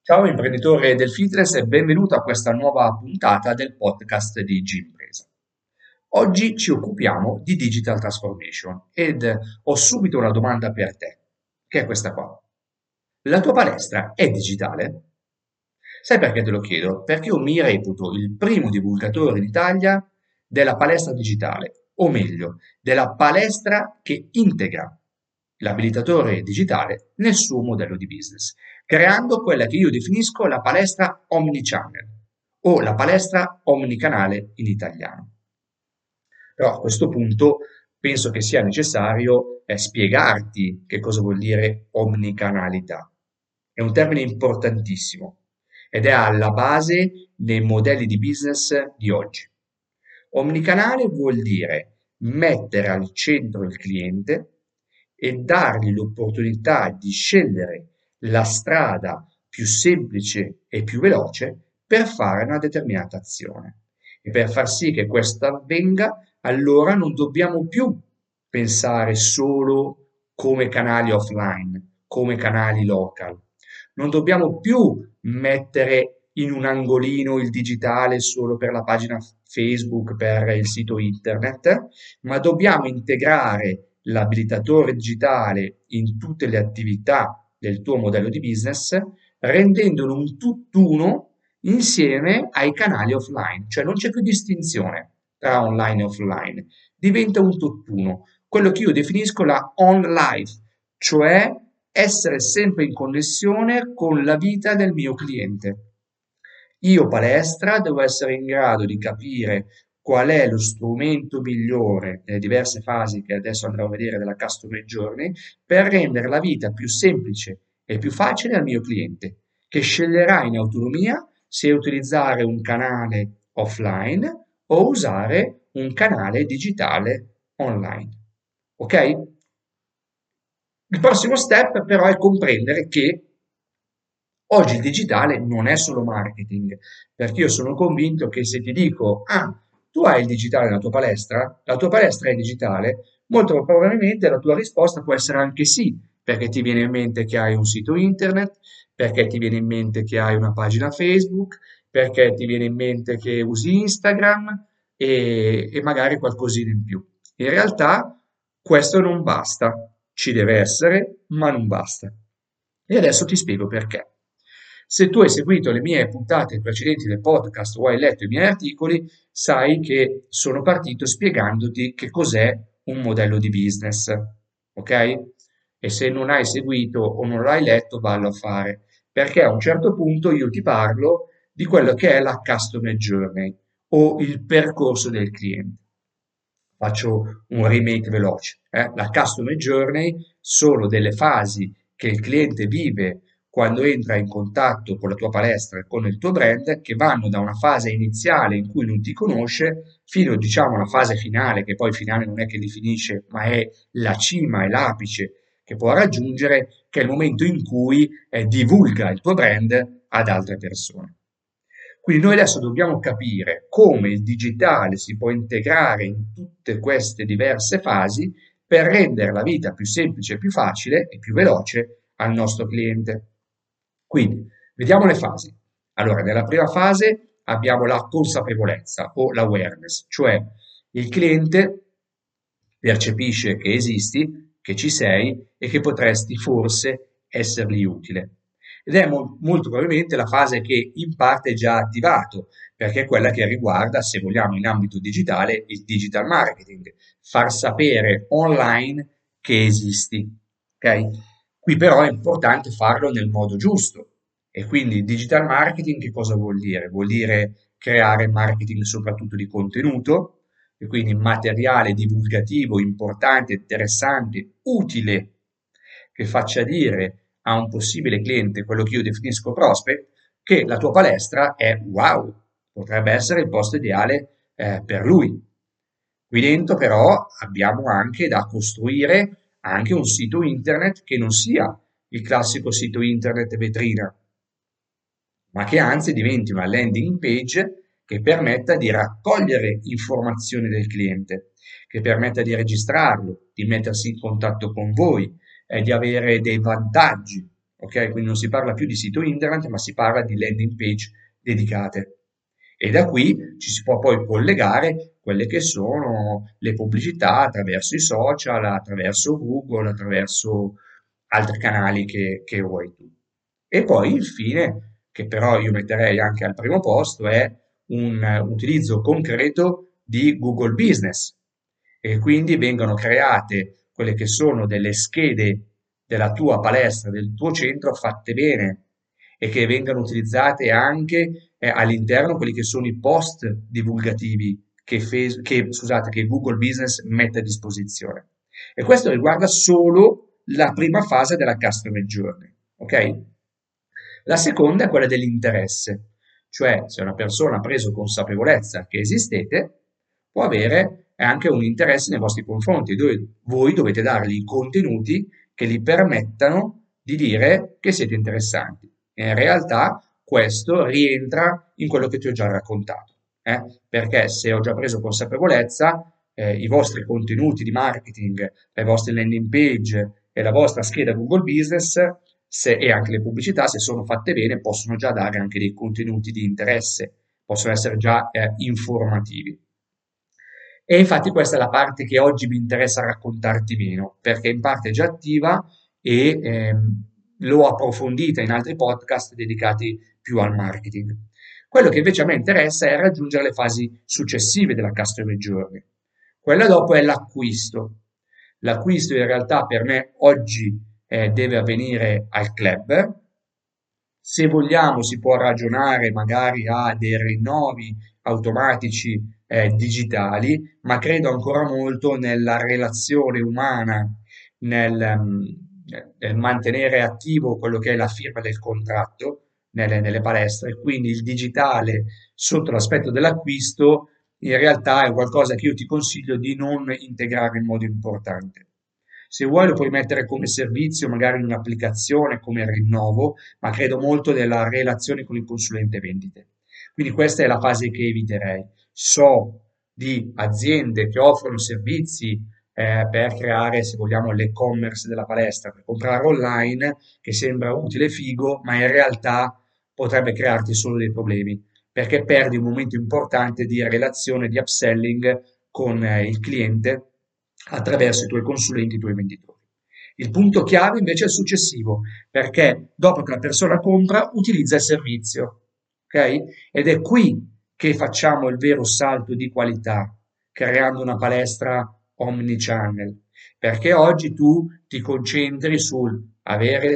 Ciao imprenditore del fitness e benvenuto a questa nuova puntata del podcast di Gimpresa. Oggi ci occupiamo di digital transformation ed ho subito una domanda per te, che è questa qua. La tua palestra è digitale? Sai perché te lo chiedo? Perché io mi reputo il primo divulgatore in Italia della palestra digitale, o meglio, della palestra che integra l'abilitatore digitale nel suo modello di business, creando quella che io definisco la palestra omnichannel o la palestra omnicanale in italiano. Però a questo punto penso che sia necessario spiegarti che cosa vuol dire omnicanalità. È un termine importantissimo ed è alla base dei modelli di business di oggi. Omnicanale vuol dire mettere al centro il cliente e dargli l'opportunità di scegliere la strada più semplice e più veloce per fare una determinata azione. E per far sì che questo avvenga, allora non dobbiamo più pensare solo come canali offline, come canali local. Non dobbiamo più mettere in un angolino il digitale solo per la pagina Facebook, per il sito internet, ma dobbiamo integrare l'abilitatore digitale in tutte le attività del tuo modello di business, rendendolo un tutt'uno insieme ai canali offline, cioè non c'è più distinzione tra online e offline, diventa un tutt'uno, quello che io definisco la on life, cioè essere sempre in connessione con la vita del mio cliente. Io palestra devo essere in grado di capire qual è lo strumento migliore nelle diverse fasi che adesso andrò a vedere della Customer Journey per rendere la vita più semplice e più facile al mio cliente, che sceglierà in autonomia se utilizzare un canale offline o usare un canale digitale online. Ok? Il prossimo step però è comprendere che oggi il digitale non è solo marketing, perché io sono convinto che se ti dico, ah, tu hai il digitale nella tua palestra, la tua palestra è digitale, molto probabilmente la tua risposta può essere anche sì, perché ti viene in mente che hai un sito internet, perché ti viene in mente che hai una pagina Facebook, perché ti viene in mente che usi Instagram e magari qualcosina in più. In realtà questo non basta, ci deve essere, ma non basta. E adesso ti spiego perché. Se tu hai seguito le mie puntate precedenti del podcast o hai letto i miei articoli, sai che sono partito spiegandoti che cos'è un modello di business, ok? E se non hai seguito o non l'hai letto, vallo a fare, perché a un certo punto io ti parlo di quello che è la customer journey o il percorso del cliente. Faccio un remake veloce. La customer journey sono delle fasi che il cliente vive quando entra in contatto con la tua palestra e con il tuo brand, che vanno da una fase iniziale in cui non ti conosce fino, diciamo, alla fase finale, che poi finale non è che li finisce, ma è la cima, è l'apice che può raggiungere, che è il momento in cui divulga il tuo brand ad altre persone. Quindi noi adesso dobbiamo capire come il digitale si può integrare in tutte queste diverse fasi per rendere la vita più semplice, più facile e più veloce al nostro cliente. Quindi, vediamo le fasi. Allora, nella prima fase abbiamo la consapevolezza o l'awareness, cioè il cliente percepisce che esisti, che ci sei e che potresti forse essergli utile. Ed è molto probabilmente la fase che in parte è già attivato, perché è quella che riguarda, se vogliamo, in ambito digitale, il digital marketing, far sapere online che esisti. Ok? Qui però è importante farlo nel modo giusto. E quindi digital marketing che cosa vuol dire? Vuol dire creare marketing soprattutto di contenuto, e quindi materiale divulgativo importante, interessante, utile, che faccia dire a un possibile cliente, quello che io definisco prospect, che la tua palestra è wow, potrebbe essere il posto ideale per lui. Qui dentro però abbiamo anche da costruire anche un sito internet che non sia il classico sito internet vetrina, ma che anzi diventi una landing page che permetta di raccogliere informazioni del cliente, che permetta di registrarlo, di mettersi in contatto con voi, di avere dei vantaggi, ok? Quindi non si parla più di sito internet, ma si parla di landing page dedicate. E da qui ci si può poi collegare quelle che sono le pubblicità attraverso i social, attraverso Google, attraverso altri canali che vuoi tu. E poi infine, che però io metterei anche al primo posto, è un utilizzo concreto di Google Business, e quindi vengono create quelle che sono delle schede della tua palestra, del tuo centro fatte bene e che vengano utilizzate anche all'interno quelli che sono i post divulgativi che Google Business mette a disposizione. E questo riguarda solo la prima fase della customer journey, ok? La seconda è quella dell'interesse, cioè se una persona ha preso consapevolezza che esistete, può avere anche un interesse nei vostri confronti, dove voi dovete dargli i contenuti che gli permettano di dire che siete interessanti. E in realtà questo rientra in quello che ti ho già raccontato, perché se ho già preso consapevolezza, i vostri contenuti di marketing, le vostre landing page e la vostra scheda Google Business e anche le pubblicità, se sono fatte bene, possono già dare anche dei contenuti di interesse, possono essere già informativi. E infatti questa è la parte che oggi mi interessa raccontarti meno, perché in parte è già attiva e l'ho approfondita in altri podcast dedicati più al marketing. Quello che invece a me interessa è raggiungere le fasi successive della customer journey. Quella dopo è l'acquisto. L'acquisto in realtà per me oggi deve avvenire al club. Se vogliamo si può ragionare magari a dei rinnovi automatici digitali, ma credo ancora molto nella relazione umana, nel mantenere attivo quello che è la firma del contratto nelle palestre. Quindi il digitale sotto l'aspetto dell'acquisto in realtà è qualcosa che io ti consiglio di non integrare in modo importante. Se vuoi lo puoi mettere come servizio, magari in un'applicazione come rinnovo, ma credo molto nella relazione con il consulente vendite. Quindi questa è la fase che eviterei. So di aziende che offrono servizi per creare, se vogliamo, l'e-commerce della palestra, per comprare online, che sembra utile e figo, ma in realtà potrebbe crearti solo dei problemi, perché perdi un momento importante di relazione, di upselling con il cliente attraverso i tuoi consulenti, i tuoi venditori. Il punto chiave invece è il successivo, perché dopo che la persona compra, utilizza il servizio, ok? Ed è qui che facciamo il vero salto di qualità, creando una palestra omnichannel, perché oggi tu ti concentri sul avere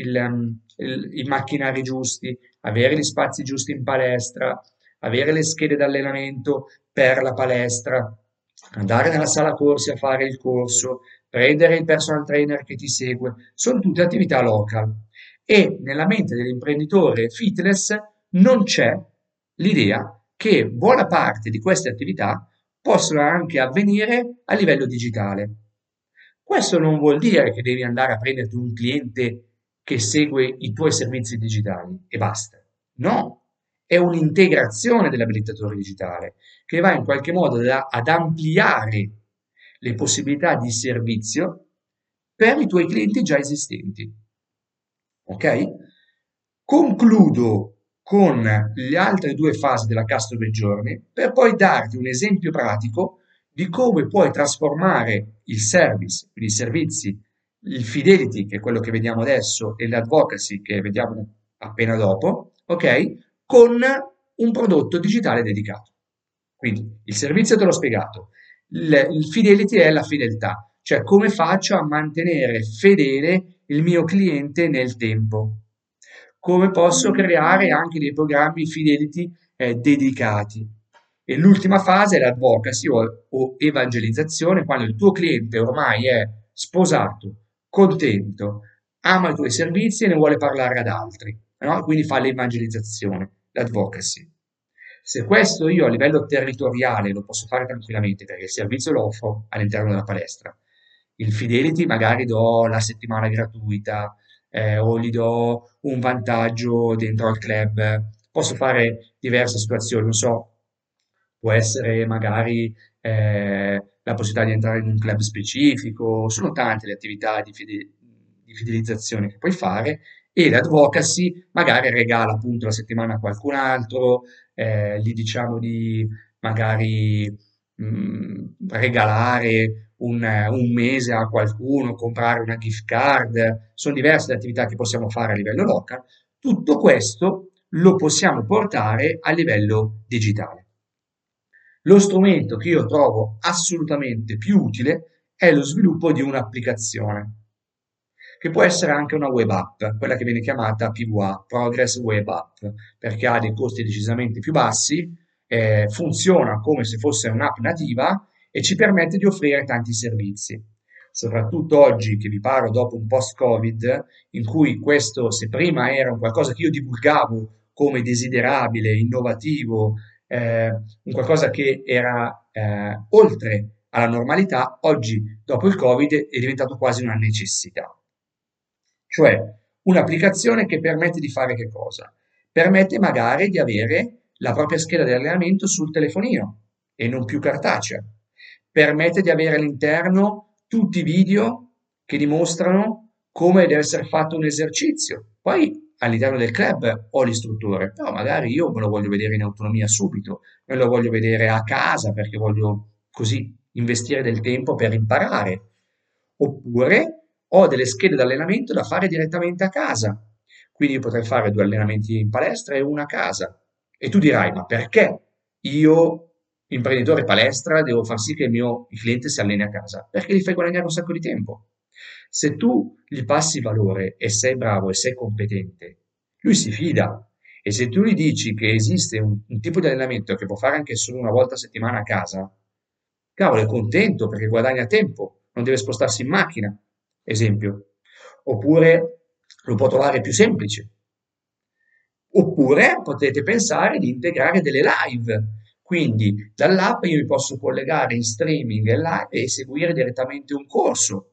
i macchinari giusti, avere gli spazi giusti in palestra, avere le schede d'allenamento per la palestra, andare nella sala corsi a fare il corso, prendere il personal trainer che ti segue, sono tutte attività local. E nella mente dell'imprenditore fitness non c'è l'idea che buona parte di queste attività possono anche avvenire a livello digitale. Questo non vuol dire che devi andare a prenderti un cliente che segue i tuoi servizi digitali e basta. No, è un'integrazione dell'abilitatore digitale che va in qualche modo ad ampliare le possibilità di servizio per i tuoi clienti già esistenti. Ok? Concludo con le altre due fasi della Customer Journey per poi darti un esempio pratico di come puoi trasformare il service, quindi i servizi, il fidelity, che è quello che vediamo adesso, e l'advocacy, che vediamo appena dopo, ok? Con un prodotto digitale dedicato. Quindi il servizio te l'ho spiegato, il fidelity è la fedeltà, cioè come faccio a mantenere fedele il mio cliente nel tempo. Come posso creare anche dei programmi fidelity dedicati. E l'ultima fase è l'advocacy o evangelizzazione, quando il tuo cliente ormai è sposato, contento, ama i tuoi servizi e ne vuole parlare ad altri, no? Quindi fa l'evangelizzazione, l'advocacy. Se questo io a livello territoriale lo posso fare tranquillamente perché il servizio lo offro all'interno della palestra, il Fidelity magari do la settimana gratuita o gli do un vantaggio dentro al club, posso fare diverse situazioni, non so, può essere magari la possibilità di entrare in un club specifico, sono tante le attività di fidelizzazione che puoi fare e l'advocacy magari regala appunto la settimana a qualcun altro, gli diciamo di magari regalare un mese a qualcuno, comprare una gift card, sono diverse le attività che possiamo fare a livello local. Tutto questo lo possiamo portare a livello digitale. Lo strumento che io trovo assolutamente più utile è lo sviluppo di un'applicazione, che può essere anche una web app, quella che viene chiamata PWA, Progress Web App, perché ha dei costi decisamente più bassi, funziona come se fosse un'app nativa e ci permette di offrire tanti servizi. Soprattutto oggi che vi parlo dopo un post-Covid, in cui questo, se prima era un qualcosa che io divulgavo come desiderabile, innovativo, un qualcosa che era oltre alla normalità, oggi dopo il Covid è diventato quasi una necessità. Cioè un'applicazione che permette di fare che cosa? Permette magari di avere la propria scheda di allenamento sul telefonino e non più cartacea. Permette di avere all'interno tutti i video che dimostrano come deve essere fatto un esercizio. Poi all'interno del club ho l'istruttore, però magari io me lo voglio vedere in autonomia subito, me lo voglio vedere a casa perché voglio così investire del tempo per imparare. Oppure ho delle schede di allenamento da fare direttamente a casa. Quindi io potrei fare 2 allenamenti in palestra e 1 a casa. E tu dirai: "Ma perché io, imprenditore palestra, devo far sì che il cliente si alleni a casa?" Perché gli fai guadagnare un sacco di tempo. Se tu gli passi valore e sei bravo e sei competente, lui si fida. E se tu gli dici che esiste un tipo di allenamento che può fare anche solo 1 volta a settimana a casa, cavolo, è contento perché guadagna tempo, non deve spostarsi in macchina, esempio. Oppure lo può trovare più semplice. Oppure potete pensare di integrare delle live. Quindi dall'app io mi posso collegare in streaming e live e seguire direttamente un corso.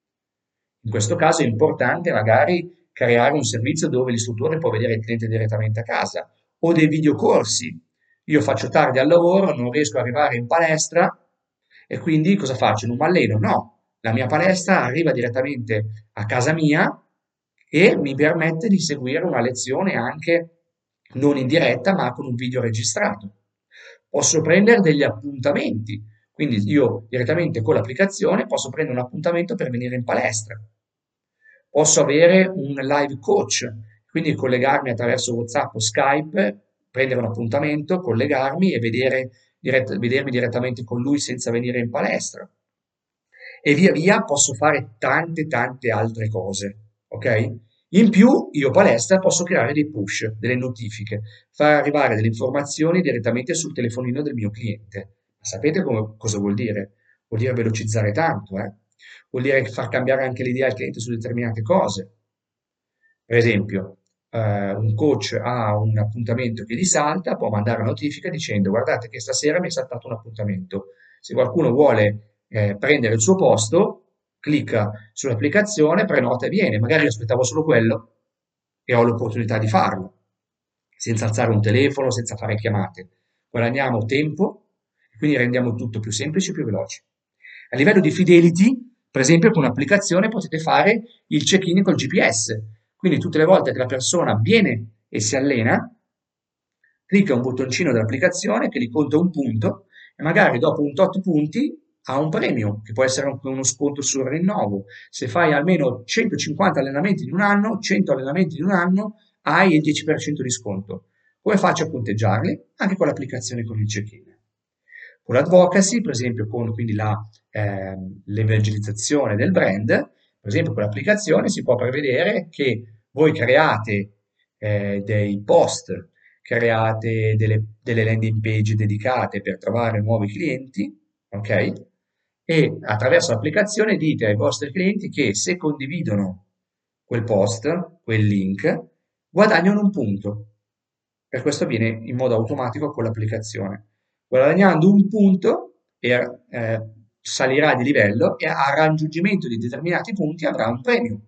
In questo caso è importante magari creare un servizio dove l'istruttore può vedere il cliente direttamente a casa o dei videocorsi. Io faccio tardi al lavoro, non riesco ad arrivare in palestra e quindi cosa faccio? Non mi alleno? No, la mia palestra arriva direttamente a casa mia e mi permette di seguire una lezione anche non in diretta ma con un video registrato. Posso prendere degli appuntamenti, quindi io direttamente con l'applicazione posso prendere un appuntamento per venire in palestra. Posso avere un live coach, quindi collegarmi attraverso WhatsApp o Skype, prendere un appuntamento, collegarmi e vedermi direttamente con lui senza venire in palestra. E via via posso fare tante tante altre cose, ok? In più, io palestra posso creare dei push, delle notifiche, far arrivare delle informazioni direttamente sul telefonino del mio cliente. Ma sapete cosa vuol dire? Vuol dire velocizzare tanto, eh? Vuol dire far cambiare anche l'idea al cliente su determinate cose. Per esempio, un coach ha un appuntamento che gli salta, può mandare una notifica dicendo: guardate che stasera mi è saltato un appuntamento. Se qualcuno vuole prendere il suo posto, clicca sull'applicazione, prenota e viene. Magari io aspettavo solo quello e ho l'opportunità di farlo, senza alzare un telefono, senza fare chiamate. Guadagniamo tempo e quindi rendiamo tutto più semplice e più veloce. A livello di fidelity, per esempio, con un'applicazione potete fare il check-in col GPS. Quindi tutte le volte che la persona viene e si allena, clicca un bottoncino dell'applicazione che gli conta un punto e magari dopo un tot punti ha un premio, che può essere anche uno sconto sul rinnovo. Se fai almeno 150 allenamenti in un anno, 100 allenamenti in un anno, hai il 10% di sconto. Come faccio a conteggiarli? Anche con l'applicazione con il check-in. Con l'advocacy, per esempio, con quindi l'evangelizzazione del brand, per esempio con l'applicazione si può prevedere che voi create dei post, create delle landing page dedicate per trovare nuovi clienti, ok? E attraverso l'applicazione dite ai vostri clienti che se condividono quel post, quel link, guadagnano un punto. Per questo avviene in modo automatico con l'applicazione. Guadagnando un punto salirà di livello e al raggiungimento di determinati punti avrà un premio.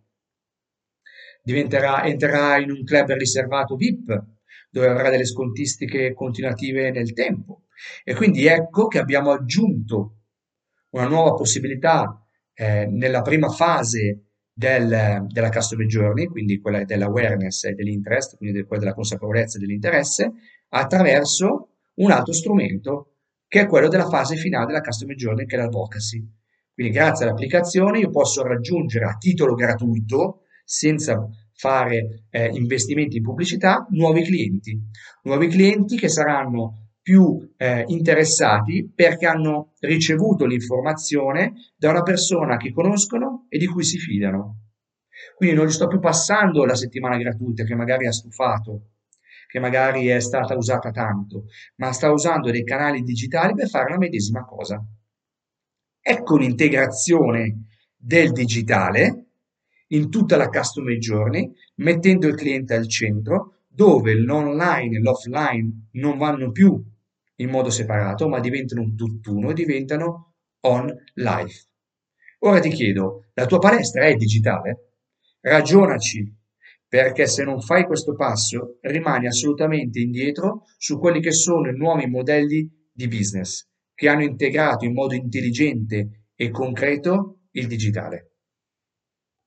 Entrerà in un club riservato VIP, dove avrà delle scontistiche continuative nel tempo. E quindi ecco che abbiamo aggiunto una nuova possibilità nella prima fase della customer journey, quindi quella dell'awareness e dell'interest, quindi quella della consapevolezza e dell'interesse, attraverso un altro strumento che è quello della fase finale della customer journey, che è l'advocacy. Quindi grazie all'applicazione io posso raggiungere a titolo gratuito, senza fare investimenti in pubblicità, nuovi clienti che saranno più interessati perché hanno ricevuto l'informazione da una persona che conoscono e di cui si fidano. Quindi non gli sto più passando la settimana gratuita che magari ha stufato, che magari è stata usata tanto, ma sta usando dei canali digitali per fare la medesima cosa. Ecco un'integrazione del digitale in tutta la customer journey, mettendo il cliente al centro, dove l'online e l'offline non vanno più in modo separato, ma diventano un tutt'uno e diventano on life. Ora ti chiedo, la tua palestra è digitale? Ragionaci, perché se non fai questo passo rimani assolutamente indietro su quelli che sono i nuovi modelli di business che hanno integrato in modo intelligente e concreto il digitale.